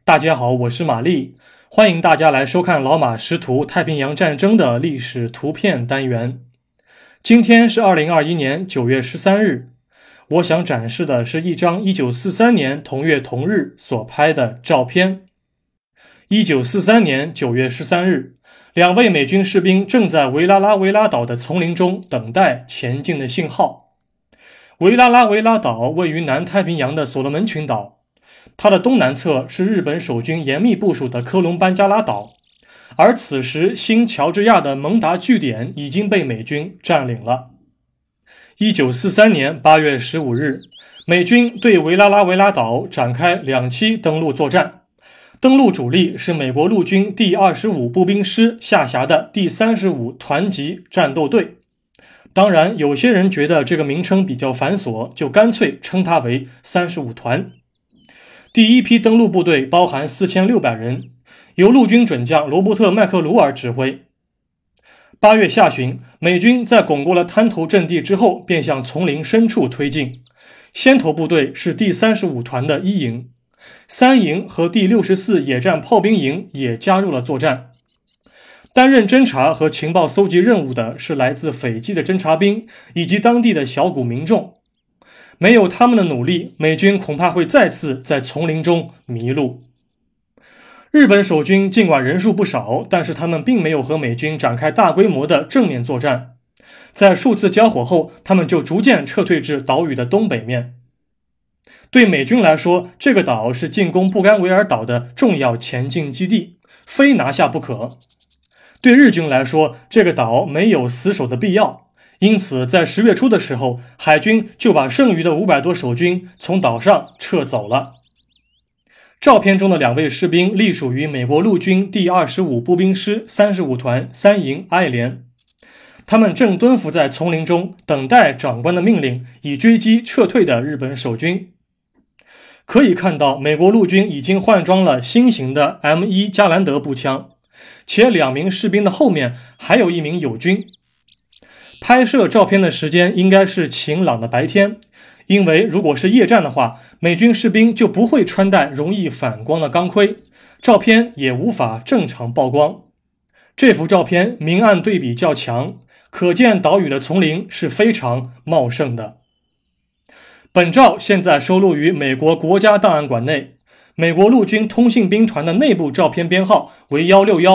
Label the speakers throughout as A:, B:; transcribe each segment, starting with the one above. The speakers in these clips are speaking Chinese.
A: 大家好，我是玛丽，欢迎大家来收看老马识图太平洋战争的历史图片单元。今天是2021年9月13日，我想展示的是一张1943年同月同日所拍的照片。1943年9月13日，两位美军士兵正在维拉拉维拉岛的丛林中等待前进的信号。维拉拉维拉岛位于南太平洋的所罗门群岛，它的东南侧是日本守军严密部署的科隆班加拉岛，而此时新乔治亚的蒙达据点已经被美军占领了。1943年8月15日，美军对维拉拉维拉岛展开2期登陆作战，登陆主力是美国陆军第25步兵师下辖的第35团级战斗队。当然，有些人觉得这个名称比较繁琐，就干脆称它为35团。第一批登陆部队包含4600人，由陆军准将罗伯特·麦克鲁尔指挥。8月下旬，美军在巩固了滩头阵地之后，便向丛林深处推进。先头部队是第35团的1营，3营和第64野战炮兵营也加入了作战。担任侦察和情报搜集任务的是来自斐济的侦察兵以及当地的小股民众。没有他们的努力，美军恐怕会再次在丛林中迷路。日本守军尽管人数不少，但是他们并没有和美军展开大规模的正面作战。在数次交火后，他们就逐渐撤退至岛屿的东北面。对美军来说，这个岛是进攻布干维尔岛的重要前进基地，非拿下不可。对日军来说，这个岛没有死守的必要，因此在10月初的时候，海军就把剩余的500多守军从岛上撤走了。照片中的2位士兵隶属于美国陆军第25步兵师35团3营爱联，他们正蹲伏在丛林中等待长官的命令，以追击撤退的日本守军。可以看到，美国陆军已经换装了新型的 M1 加兰德步枪，且2名士兵的后面还有1名友军。拍摄照片的时间应该是晴朗的白天，因为如果是夜战的话，美军士兵就不会穿戴容易反光的钢盔，照片也无法正常曝光。这幅照片明暗对比较强，可见岛屿的丛林是非常茂盛的。本照现在收录于美国国家档案馆内，美国陆军通信兵团的内部照片编号为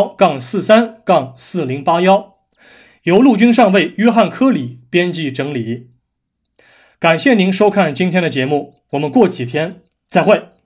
A: 161-43-4081，由陆军上尉约翰科里编辑整理。感谢您收看今天的节目，我们过几天再会。